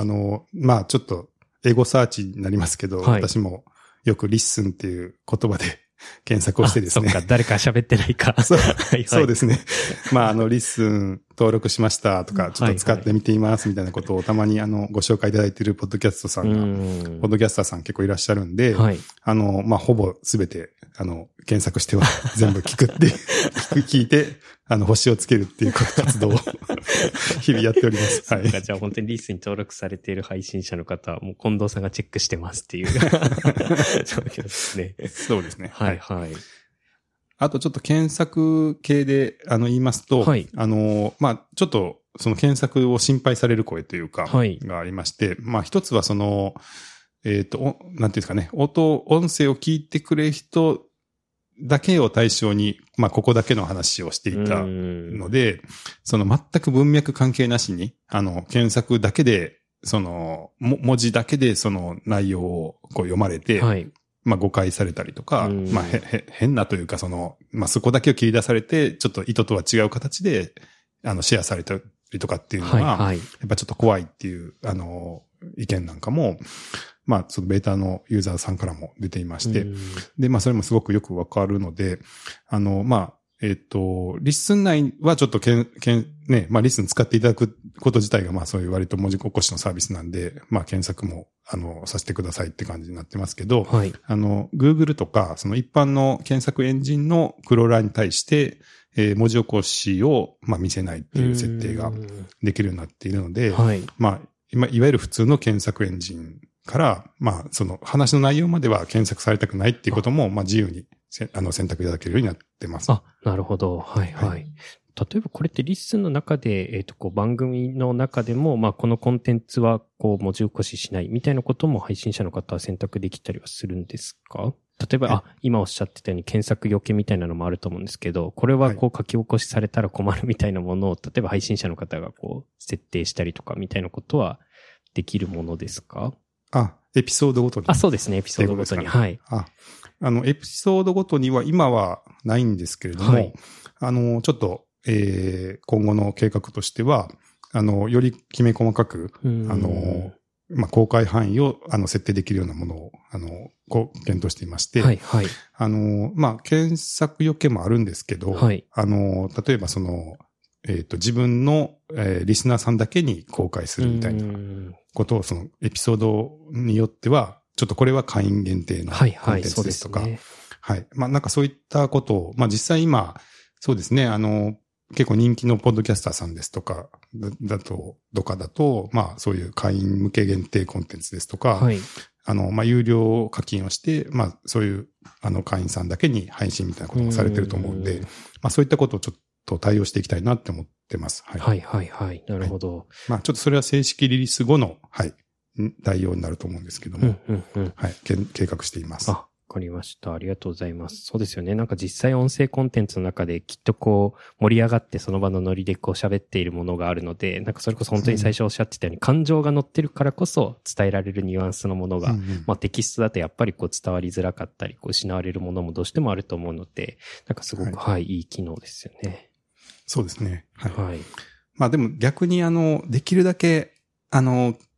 まあちょっと、エゴサーチになりますけど、はい、私もよくリッスンっていう言葉で検索をしてですね。 そっか、誰か喋ってないか。 そう、はいはい、そうですね。まあ、リッスン登録しましたとか、ちょっと使ってみていますみたいなことをたまにご紹介いただいているポッドキャストさんが、ポッドキャスターさん結構いらっしゃるんで、はい、まあ、ほぼすべて、検索しては全部聞くって聞いて、星をつけるっていう活動を日々やっております。はい。 じゃあ本当にリスに登録されている配信者の方は、もう近藤さんがチェックしてますっていう。そうですね。 そうですね。 はいはい。 あとちょっと検索系で、言いますと、はい。まあ、ちょっと、その検索を心配される声というか、はい。がありまして、まあ一つはなんていうんですかね、音声を聞いてくれる人だけを対象に、まあ、ここだけの話をしていたので、その全く文脈関係なしに、検索だけで、文字だけでその内容をこう読まれて、はい、まあ、誤解されたりとか、まあ、変なというか、まあ、そこだけを切り出されて、ちょっと意図とは違う形で、シェアされたりとかっていうのは、はいはい、やっぱちょっと怖いっていう、意見なんかも、まあ、そのベータのユーザーさんからも出ていまして、で、まあ、それもすごくよくわかるので、まあ、リッスン内はちょっとね、まあ、リッスン使っていただくこと自体が、まあ、そういう割と文字起こしのサービスなんで、まあ、検索も、させてくださいって感じになってますけど、はい。Google とか、その一般の検索エンジンのクローラーに対して、文字起こしを、まあ、見せないっていう設定ができるようになっているので、はい。まあ、いわゆる普通の検索エンジンから、まあ、その話の内容までは検索されたくないっていうことも、まあ、自由に選択いただけるようになってます。 あ、なるほど。はいはい。はい、例えばこれってリッスンの中で、こう番組の中でも、まあ、このコンテンツは、こう、文字起こししないみたいなことも配信者の方は選択できたりはするんですか？例えば、今おっしゃってたように検索余計みたいなのもあると思うんですけど、これはこう書き起こしされたら困るみたいなものを、例えば配信者の方がこう、設定したりとかみたいなことはできるものですか？ エピソードごとに。 そうですね、エピソードごとに。はい。 エピソードごとには今はないんですけれども、はい、ちょっと、今後の計画としては、よりきめ細かく、まあ、公開範囲を、設定できるようなものを、検討していまして、はい、はい。まあ、検索余計もあるんですけど、はい。例えば自分の、リスナーさんだけに公開するみたいなことを、そのエピソードによっては、ちょっとこれは会員限定のコンテンツですとか、はい、はい、はい。まあなんかそういったことを、まあ実際今、そうですね、結構人気のポッドキャスターさんですとか、だと、まあそういう会員向け限定コンテンツですとか、はい。まあ有料課金をして、まあそういう、会員さんだけに配信みたいなこともされてると思うんで、まあそういったことをちょっと対応していきたいなって思ってます。 はい。はいはいはい。なるほど。はい、 まあちょっとそれは正式リリース後の、はい。内容になると思うんですけども、はい、計画しています。 わかりました。ありがとうございます。そうですよね。なんか実際音声コンテンツの中できっとこう盛り上がってその場のノリでこう喋っているものがあるので、なんかそれこそ本当に最初おっしゃってたように、感情が乗ってるからこそ伝えられるニュアンスのものが、まあテキストだとやっぱりこう伝わりづらかったり、こう失われるものもどうしてもあると思うので、なんかすごく、はい、いい機能ですよね。 そうですね。はい。はい、まあでも逆にできるだけ、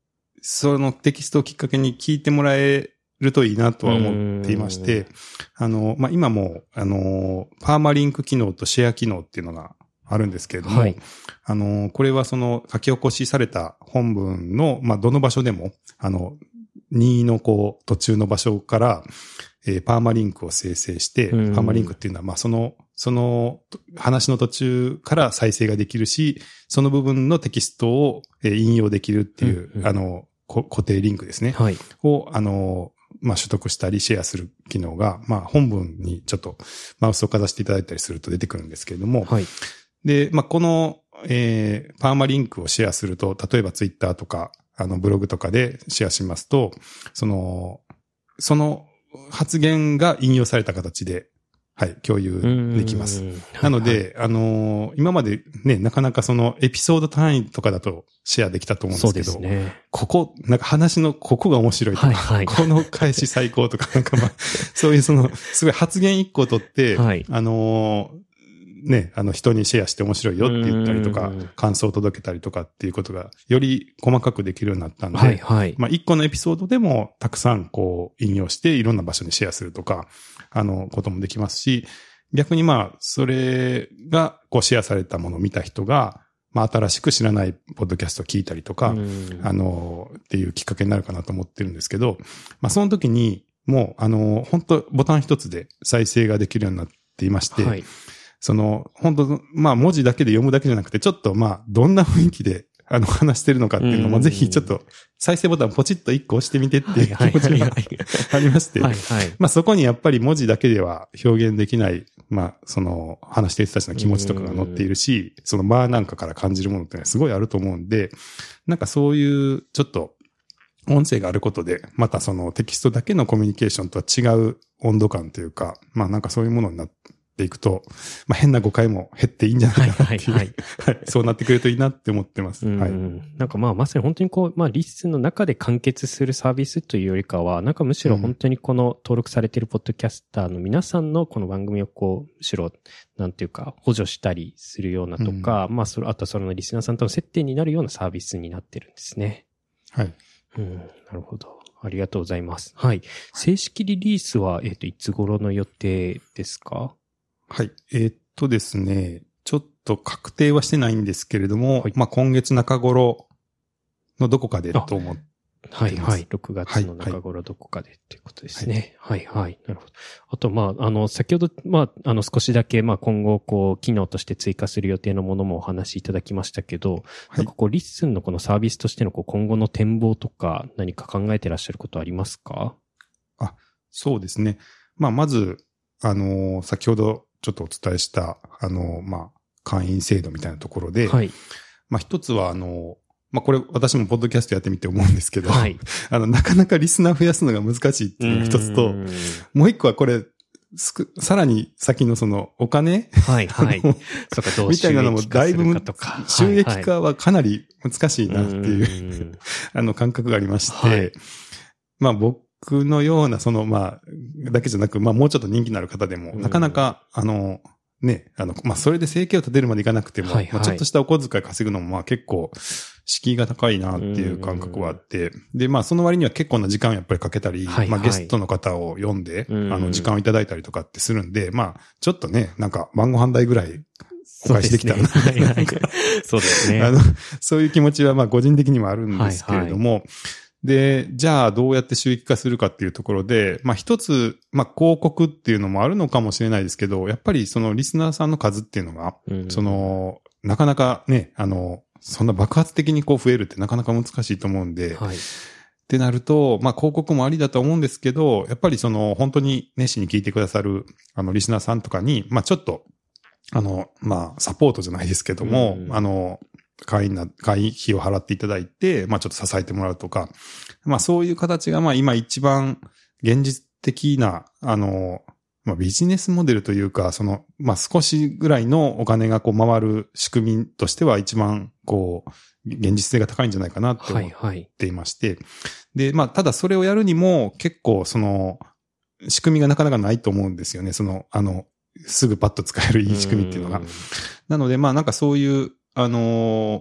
そのテキストをきっかけに聞いてもらえるといいなとは思っていまして、まあ、今も、パーマリンク機能とシェア機能っていうのがあるんですけれども、はい、これはその書き起こしされた本文の、まあ、どの場所でも、任意のこう、途中の場所から、パーマリンクを生成して、パーマリンクっていうのは、まあ、その話の途中から再生ができるし、その部分のテキストを引用できるっていう、固定リンクですね。はい。を、まあ、取得したりシェアする機能が、まあ、本文にちょっとマウスをかざしていただいたりすると出てくるんですけれども、はい。で、まあ、この、パーマリンクをシェアすると、例えばツイッターとか、ブログとかでシェアしますと、その発言が引用された形で、はい、共有できます。なので、今までね、なかなかそのエピソード単位とかだとシェアできたと思うんですけど、そうですね。なんか話のここが面白いとか、はいはい、この返し最高とか、なんかまあ、そういうすごい発言一個を取って、はい、ね、人にシェアして面白いよって言ったりとか、感想を届けたりとかっていうことが、より細かくできるようになったんで、はいはい、まあ、一個のエピソードでもたくさんこう、引用していろんな場所にシェアするとか、こともできますし、逆にまあ、それがこう、シェアされたものを見た人が、まあ、新しく知らないポッドキャストを聞いたりとか、っていうきっかけになるかなと思ってるんですけど、まあ、その時に、もう、本当ボタン一つで再生ができるようになっていまして、はい、本当まあ、文字だけで読むだけじゃなくて、ちょっとまあ、どんな雰囲気で、話してるのかっていうのも、ぜひちょっと、再生ボタンポチッと一個押してみてっていう気持ちがありまして、まあ、そこにやっぱり文字だけでは表現できない、まあ、話してる人たちの気持ちとかが載っているし、その場なんかから感じるものってのはすごいあると思うんで、なんかそういう、ちょっと、音声があることで、またそのテキストだけのコミュニケーションとは違う温度感というか、まあなんかそういうものになっていくと、まあ変な誤解も減っていいんじゃないかなっていう、はい、そうなってくれるといいなって思ってます。はい。 なんかまあまさに本当にこう、まあリッスンの中で完結するサービスというよりかは、なんかむしろ本当にこの登録されているポッドキャスターの皆さんのこの番組をこう、むしろ、なんていうか、補助したりするようなとか、まああとそのリスナーさんとの接点になるようなサービスになってるんですね。 はい。 なるほど。ありがとうございます。はい。正式リリースは、いつ頃の予定ですか？ はい。ですね、ちょっと確定はしてないんですけれども、はい、まあ今月中頃のどこかでと思ってます。 はいはい。6月の中頃どこかでっていうことですね。はいはい。なるほど。あと、まあ、先ほど、まあ、少しだけ、まあ今後、こう、機能として追加する予定のものもお話しいただきましたけど、はい、なんかこう、リッスンのこのサービスとしてのこう今後の展望とか何か考えてらっしゃることありますか？ そうですね。まあ、まず、先ほどちょっとお伝えした、まあ、会員制度みたいなところで、はい。まあ、一つは、まあ、これ私もポッドキャストやってみて思うんですけど、はい。なかなかリスナー増やすのが難しいっていうのが一つと、もう一個はこれ、さらに先のそのお金はいはい。そうか、どう収益化するかとか。みたいなのもだいぶ収益化はかなり難しいなっていう、感覚がありまして、はい、まあ僕のようなまあ、だけじゃなく、まあもうちょっと人気のある方でも、なかなか、ね、まあそれで生計を立てるまでいかなくても、はいはい、まあ、ちょっとしたお小遣い稼ぐのもまあ結構、敷居が高いなっていう感覚はあって、で、まあその割には結構な時間をやっぱりかけたり、はいはい、まあゲストの方を呼んで、時間をいただいたりとかってするんで、まあちょっとね、なんか晩ご飯代ぐらいお返しできたらな。 そうですね。 そういう気持ちはまあ個人的にもあるんですけれども、はいはい、で、じゃあどうやって収益化するかっていうところで、まあ一つ、まあ広告っていうのもあるのかもしれないですけど、やっぱりそのリスナーさんの数っていうのが、なかなかね、そんな爆発的にこう増えるってなかなか難しいと思うんで、はい、ってなると、まあ広告もありだと思うんですけど、やっぱり本当に熱心に聞いてくださる、リスナーさんとかに、まあちょっと、まあサポートじゃないですけども、会員費を払っていただいて、まあちょっと支えてもらうとか、まあそういう形がまあ今一番現実的な、まあビジネスモデルというか、まあ少しぐらいのお金がこう回る仕組みとしては一番こう、現実性が高いんじゃないかなって思っていまして。はいはい、で、まあただそれをやるにも結構仕組みがなかなかないと思うんですよね。すぐパッと使えるいい仕組みっていうのが。なのでまあなんかそういう、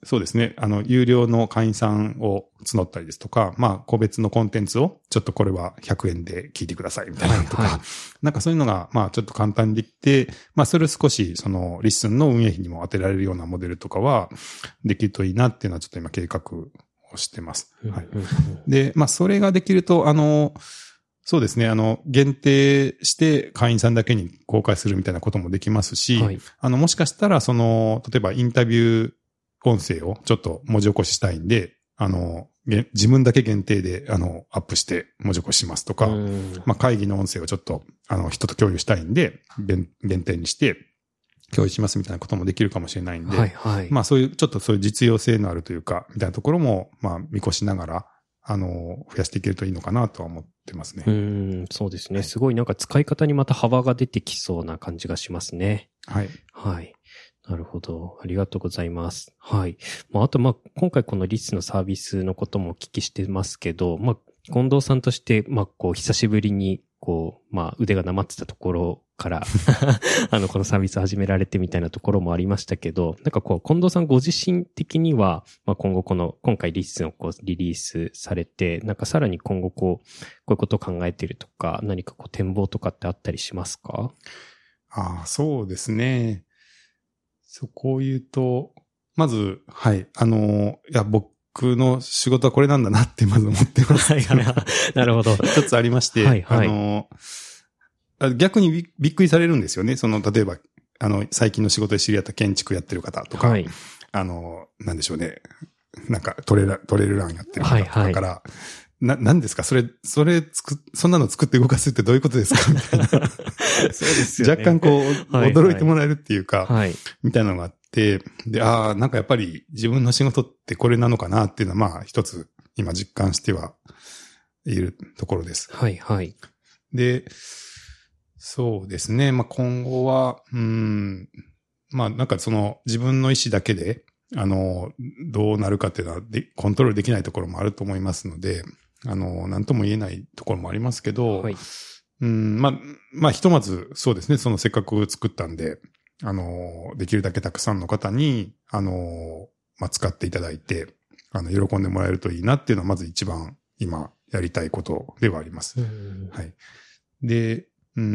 そうですね。有料の会員さんを募ったりですとか、まあ、個別のコンテンツを、ちょっとこれは100円で聞いてくださいみたいなのとか、 はいはい、 なんかそういうのが、まあ、ちょっと簡単にできて、まあ、それを少し、リッスンの運営費にも当てられるようなモデルとかは、できるといいなっていうのはちょっと今計画をしてます。はい。で、まあ、それができると、そうですね。限定して会員さんだけに公開するみたいなこともできますし、 はい、 もしかしたら、例えばインタビュー音声をちょっと文字起こししたいんで、自分だけ限定で、アップして文字起こししますとか、まあ、会議の音声をちょっと、人と共有したいんで、限定にして共有しますみたいなこともできるかもしれないんで、 はいはい、 まあ、ちょっとそういう実用性のあるというか、みたいなところも、まあ、見越しながら、増やしていけるといいのかなとは思ってますね。 そうですね。すごいなんか使い方にまた幅が出てきそうな感じがしますね。 はい。 はい。なるほど。ありがとうございます。はい。まあ、あと、まあ、今回このリスのサービスのこともお聞きしてますけど、まあ、近藤さんとして、まあ、こう、久しぶりに、こう、まあ、腕がなまってたところからこのサービスを始められてみたいなところもありましたけど、なんかこう、近藤さんご自身的には、まあ、今後今回リスをこう、リリースされて、なんかさらに今後こういうことを考えているとか、何かこう、展望とかってあったりしますか？ ああ、そうですね。そこを言うと、まず、はい、僕の仕事はこれなんだなってまず思ってます。 はいはいはい。なるほど。 一つありまして、 はいはい。 逆にびっくりされるんですよね。例えば、最近の仕事で知り合った建築やってる方とか、 はい。 なんでしょうね。なんかトレールランやってる方とかから、 はいなんですかそんなの作って動かすってどういうことですかみたいな。そうですよね。 若干こう、 はい驚いてもらえるっていうか、 はい。 みたいなのがあって、で、なんかやっぱり自分の仕事ってこれなのかなっていうのは、まあ一つ今実感してはいるところです。 はいはい。 で、そうですね。まあ今後は、まあなんか自分の意思だけで、どうなるかっていうのはコントロールできないところもあると思いますので、なんとも言えないところもありますけど、 はい。 まあひとまずそうですね。せっかく作ったんで、できるだけたくさんの方に、まあ使っていただいて、喜んでもらえるといいなっていうのはまず一番今やりたいことではあります。はい。で、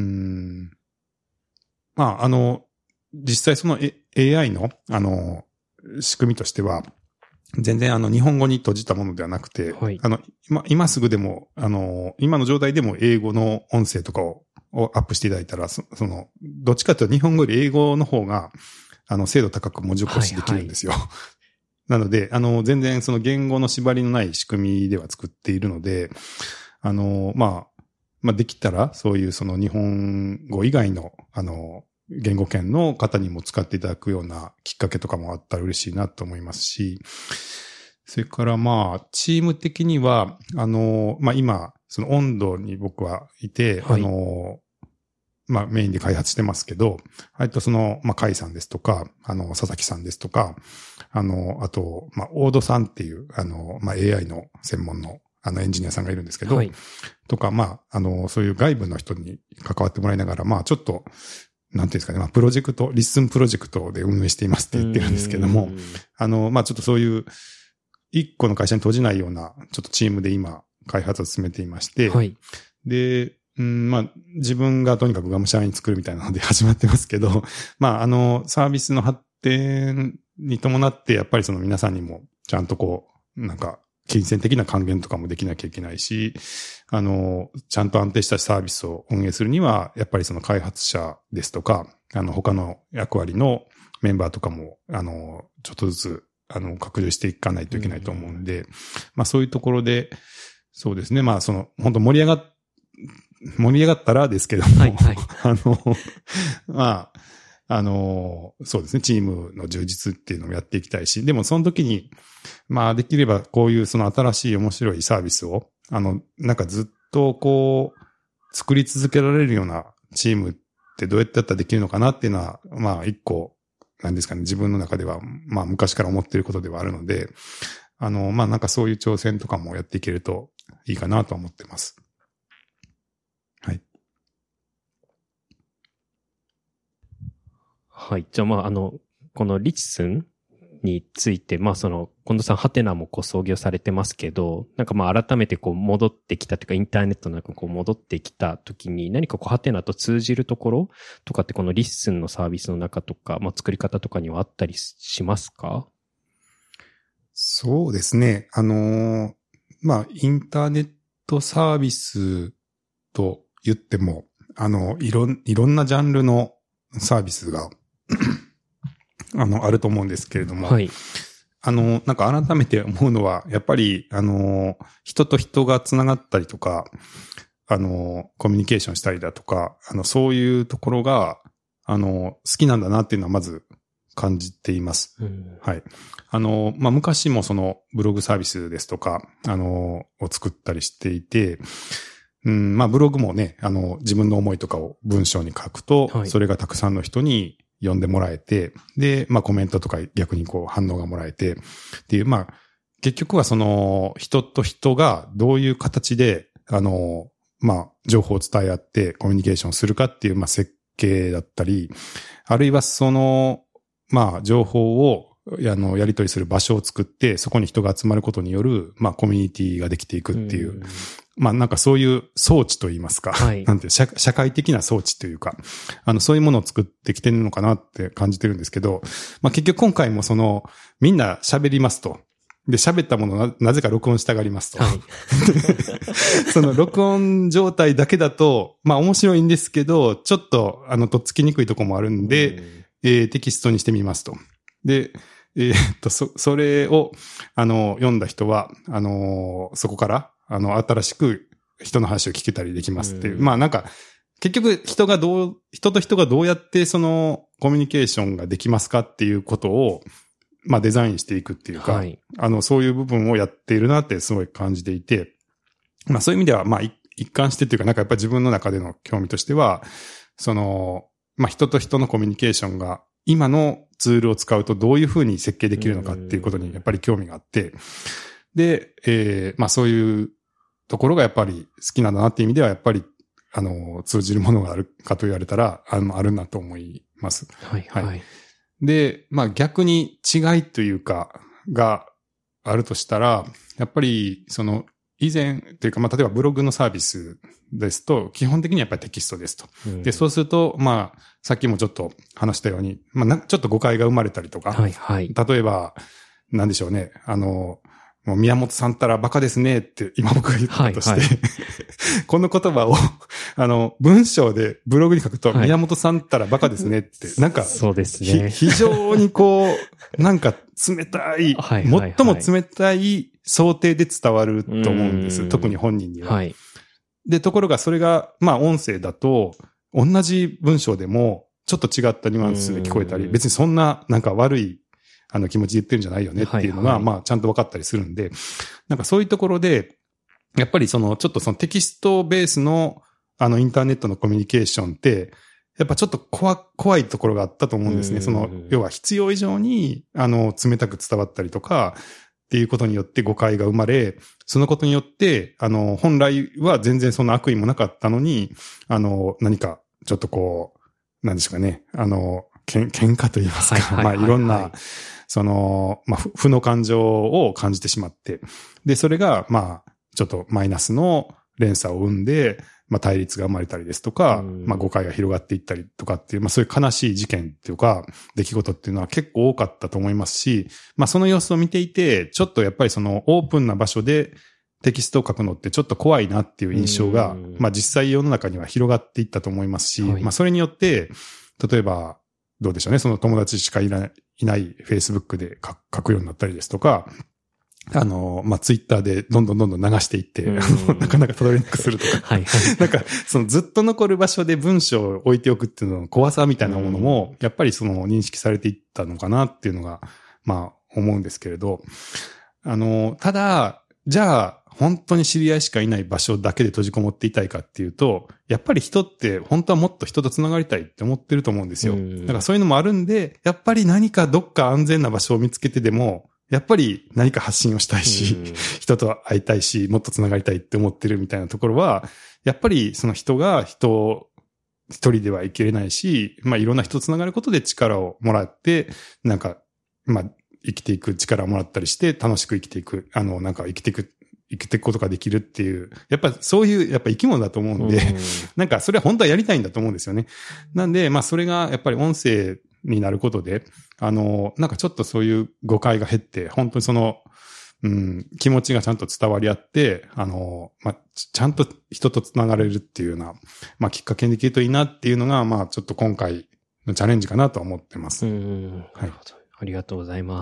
まあ実際AI の、仕組みとしては、全然日本語に閉じたものではなくて、 はい。 今すぐでも、今の状態でも英語の音声とかをアップしていただいたら、どっちかというと日本語より英語の方が、精度高く文字起こしできるんですよ。はいはい、なので、全然言語の縛りのない仕組みでは作っているので、まあ、できたら、そういう日本語以外の、言語圏の方にも使っていただくようなきっかけとかもあったら嬉しいなと思いますし、それからまあ、チーム的には、まあ今、温度に僕はいて、はい、まあメインで開発してますけど、まあカイさんですとか、佐々木さんですとか、あと、まあ、オードさんっていう、まあ AI の専門のエンジニアさんがいるんですけど、はい、とか、まあ、そういう外部の人に関わってもらいながら、まあちょっと、なんていうんですかね、まあ、リッスンプロジェクトで運営していますって言ってるんですけども、まあ、ちょっとそういう、一個の会社に閉じないような、ちょっとチームで今、開発を進めていまして、はい。で、まあ、自分がとにかくがむしゃらに作るみたいなので始まってますけど、まあ、サービスの発展に伴って、やっぱり皆さんにも、ちゃんとこう、なんか、金銭的な還元とかもできなきゃいけないし、ちゃんと安定したサービスを運営するには、やっぱり開発者ですとか、他の役割のメンバーとかも、ちょっとずつ、拡充していかないといけないと思うんで、まあそういうところで、そうですね、まあ本当盛り上がったらですけども、はいはい、まあ、そうですね、チームの充実っていうのをやっていきたいし、でもその時に、まあできればこういう新しい面白いサービスを、なんかずっとこう、作り続けられるようなチームってどうやってやったらできるのかなっていうのは、まあ一個、なんですかね、自分の中では、まあ昔から思っていることではあるので、まあなんかそういう挑戦とかもやっていけるといいかなと思ってます。はい。 はい。じゃあまあこのリッスンについて、まあ近藤さんハテナも創業されてますけど、なんかまあ改めて戻ってきたというか、インターネットの中戻ってきた時に何かハテナと通じるところとかってこのリッスンのサービスの中とか、まあ作り方とかにはあったりしますか？ そうですね。まあ、インターネットサービスと言っても、いろんなジャンルのサービスがあると思うんですけれども、 はい。 なんか改めて思うのは、やっぱり、人と人がつながったりとか、コミュニケーションしたりだとか、そういうところが、好きなんだなっていうのはまず感じています。はい。まあ、昔もそのブログサービスですとか、を作ったりしていて、まあ、ブログもね、自分の思いとかを文章に書くと、はい、それがたくさんの人に読んでもらえて、で、まあ、コメントとか逆に反応がもらえて、っていう、まあ、結局はその、人と人がどういう形で、まあ、情報を伝え合ってコミュニケーションするかっていう、まあ、設計だったり、あるいはその、まあ、情報を、やり取りする場所を作って、そこに人が集まることによる、まあ、コミュニティができていくっていう、まあ、なんかそういう装置といいますか、はい、なんて社会的な装置というか、そういうものを作ってきてるのかなって感じてるんですけど、まあ、結局今回もみんな喋りますと。で、喋ったものをなぜか録音したがりますと。はい、その録音状態だけだと、まあ面白いんですけど、ちょっと、とっつきにくいところもあるんで、テキストにしてみますと。で、それを、読んだ人は、そこから、新しく人の話を聞けたりできますっていう。まあなんか、結局人と人がどうやってそのコミュニケーションができますかっていうことを、まあデザインしていくっていうか、はい、そういう部分をやっているなってすごい感じていて、まあそういう意味では、まあ一貫してっていうか、なんかやっぱり自分の中での興味としては、まあ人と人のコミュニケーションが今のツールを使うとどういうふうに設計できるのかっていうことにやっぱり興味があって、で、まあそういうところがやっぱり好きなんだなっていう意味では、やっぱり、通じるものがあるかと言われたら、あるなと思います。 はい、はい。はい。 で、まあ逆に違いというか、があるとしたら、やっぱり、以前というか、まあ例えばブログのサービスですと、基本的にはやっぱりテキストですと。で、そうすると、まあ、さっきもちょっと話したように、まあちょっと誤解が生まれたりとか、 はい、はい。 例えば、なんでしょうね、もう宮本さんったらバカですねって今僕が言ったとして、はいはい、この言葉を、文章でブログに書くと、宮本さんったらバカですねって、なんか、 そうですね。 非常になんか冷たい、はいはいはい、最も冷たい想定で伝わると思うんです。特に本人には。はい、で、ところがそれが、まあ音声だと、同じ文章でも、ちょっと違ったニュアンスで聞こえたり、別にそんな、なんか悪い、気持ちで言ってるんじゃないよねっていうのが、はいはい、まあ、ちゃんと分かったりするんで、なんかそういうところで、やっぱりちょっとテキストベースの、インターネットのコミュニケーションって、やっぱちょっと怖いところがあったと思うんですね。要は必要以上に、冷たく伝わったりとか、っていうことによって誤解が生まれ、そのことによって、本来は全然そんな悪意もなかったのに、何か、ちょっとなんでしょうかね、喧嘩と言いますか、まあ、いろんな、まあ、負の感情を感じてしまって、で、それが、まあ、ちょっとマイナスの連鎖を生んで、まあ、対立が生まれたりですとか、まあ、誤解が広がっていったりとかっていう、まあ、そういう悲しい事件っていうか、出来事っていうのは結構多かったと思いますし、まあ、その様子を見ていて、ちょっとやっぱりオープンな場所でテキストを書くのってちょっと怖いなっていう印象が、まあ、実際世の中には広がっていったと思いますし、まあ、それによって、例えば、どうでしょうね、その友達しかいない Facebook で書くようになったりですとか、まあ、Twitter でどんどん流していって、なかなかたどりにくくするとか、はいはい、なんか、ずっと残る場所で文章を置いておくっていうのの怖さみたいなものも、やっぱり認識されていったのかなっていうのが、まあ、思うんですけれど、ただ、じゃあ、本当に知り合いしかいない場所だけで閉じこもっていたいかっていうと、やっぱり人って本当はもっと人とつながりたいって思ってると思うんですよ。だからそういうのもあるんで、やっぱり何かどっか安全な場所を見つけてでも、やっぱり何か発信をしたいし、人と会いたいし、もっとつながりたいって思ってるみたいなところは、やっぱりその人が一人では生きれないし、まあいろんな人とつながることで力をもらって、なんか、まあ生きていく力をもらったりして、楽しく生きていく、なんか生きていくことができるっていう、やっぱそういう、やっぱ生き物だと思うんで、なんかそれは本当はやりたいんだと思うんですよね。なんで、まあそれがやっぱり音声になることで、なんかちょっとそういう誤解が減って、本当にその、気持ちがちゃんと伝わり合って、まあ、ちゃんと人と繋がれるっていうような、まあきっかけにできるといいなっていうのが、まあちょっと今回のチャレンジかなとは思ってます。 なるほど。ありがとうございます。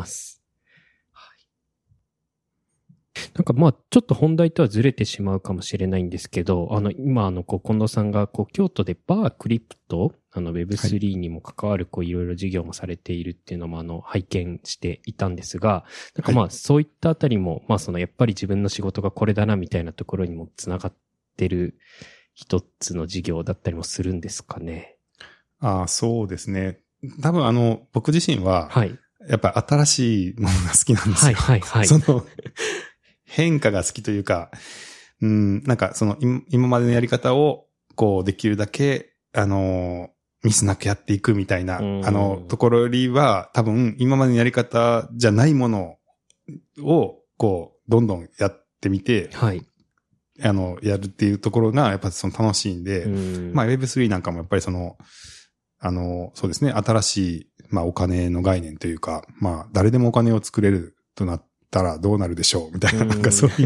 なんかまあちょっと本題とはずれてしまうかもしれないんですけど、今近藤さんが京都でバークリプト、Web3 にも関わるいろいろ事業もされているっていうのも拝見していたんですが、なんかまあそういったあたりも、まあやっぱり自分の仕事がこれだなみたいなところにもつながってる一つの事業だったりもするんですかね。 そうですね。多分僕自身は、やっぱり新しいものが好きなんですよ。その、変化が好きというか、なんかその今までのやり方をできるだけミスなくやっていくみたいなところよりは多分今までのやり方じゃないものをどんどんやってみて、やるっていうところがやっぱその楽しいんで、まあ Web3 なんかもやっぱりそうですね、新しいまあお金の概念というか、まあ誰でもお金を作れるとなったらどうなるでしょうみたいな、なんかそう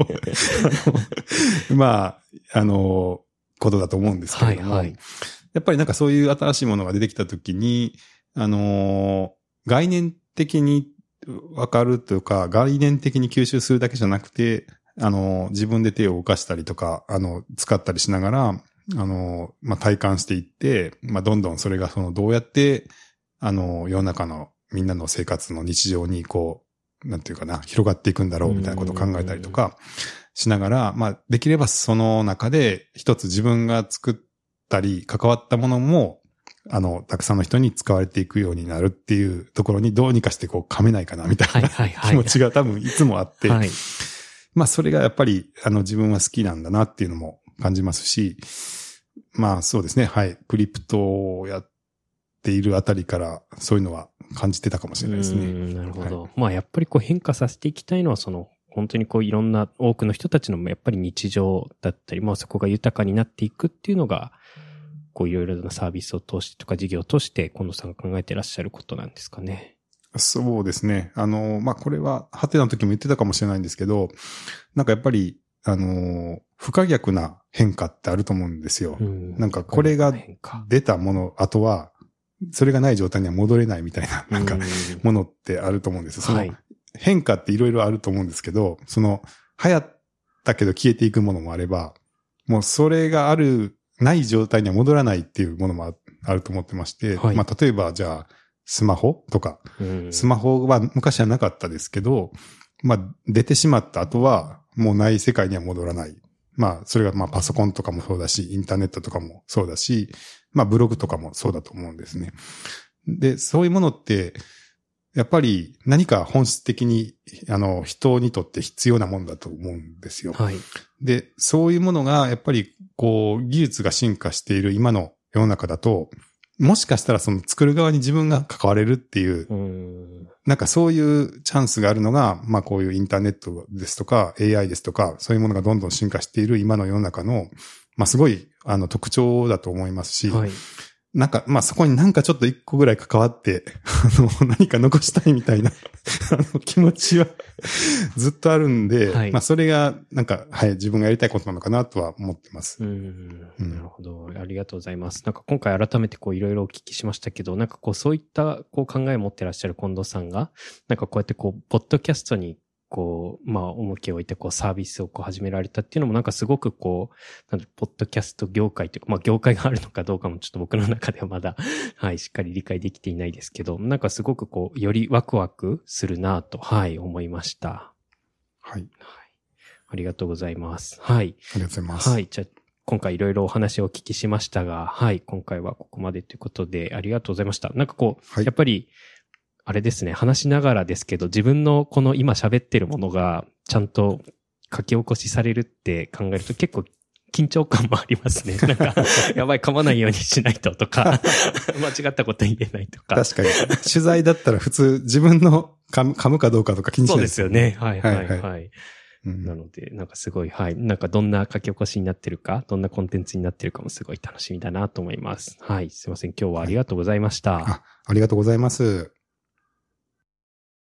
いうまあ、ことだと思うんですけれども、やっぱりなんかそういう新しいものが出てきたときに、概念的にわかるというか、概念的に吸収するだけじゃなくて、自分で手を動かしたりとか、使ったりしながら、まあ、体感していって、まあ、どんどんそれがどうやって、世の中のみんなの生活の日常になんていうかな、広がっていくんだろうみたいなことを考えたりとかしながら、まあ、できればその中で一つ自分が作ったり関わったものも、たくさんの人に使われていくようになるっていうところにどうにかして噛めないかなみたいな気持ちが多分いつもあって、まあ、それがやっぱり自分は好きなんだなっていうのも感じますし、まあそうですね、クリプトをやっているあたりからそういうのは感じてたかもしれないですね。 なるほど。まあやっぱり変化させていきたいのは本当にいろんな多くの人たちのやっぱり日常だったり、まあそこが豊かになっていくっていうのが、いろいろなサービスを通してとか事業を通して近藤さんが考えてらっしゃることなんですかね。 そうですね。まあこれはハテナの時も言ってたかもしれないんですけど、なんかやっぱり不可逆な変化ってあると思うんですよ。なんかこれが出たもの、あとは、それがない状態には戻れないみたいな、なんか、ものってあると思うんです。その変化っていろいろあると思うんですけど、流行ったけど消えていくものもあれば、もうそれがない状態には戻らないっていうものもあると思ってまして、まあ例えばじゃあ、スマホとか、スマホは昔はなかったですけど、まあ出てしまった後はもうない世界には戻らない。まあそれがまあパソコンとかもそうだし、インターネットとかもそうだし、まあブログとかもそうだと思うんですね。で、そういうものって、やっぱり何か本質的に、人にとって必要なものだと思うんですよ。で、そういうものが、やっぱり、技術が進化している今の世の中だと、もしかしたら作る側に自分が関われるっていう、なんかそういうチャンスがあるのが、まあこういうインターネットですとか AI ですとか、そういうものがどんどん進化している今の世の中の、まあすごい特徴だと思いますし、なんか、まあ、そこになんかちょっと一個ぐらい関わって、何か残したいみたいな、気持ちはずっとあるんで、まあ、それが、なんか、自分がやりたいことなのかなとは思ってます。 なるほど。ありがとうございます。なんか今回改めていろいろお聞きしましたけど、なんかそういった考えを持ってらっしゃる近藤さんが、なんかこうやってポッドキャストにまあ、重きを置いてサービスを始められたっていうのもなんかすごくポッドキャスト業界というか、まあ、業界があるのかどうかもちょっと僕の中ではまだ、しっかり理解できていないですけど、なんかすごくよりワクワクするなと、思いました。ありがとうございます。 ありがとうございます。 じゃあ、今回いろいろお話をお聞きしましたが、今回はここまでということでありがとうございました。なんかやっぱり、あれですね、話しながらですけど、自分のこの今喋ってるものがちゃんと書き起こしされるって考えると結構緊張感もありますね。なんか、やばい、噛まないようにしないととか、間違ったこと言えないとか。 確かに。取材だったら普通自分の噛むかどうかとか気にしないですよね。はいはいはい。 はいはい。 なので、なんかすごい、はい。なんかどんな書き起こしになってるか、どんなコンテンツになってるかもすごい楽しみだなと思います。はい。すいません。今日はありがとうございました。 ありがとうございます。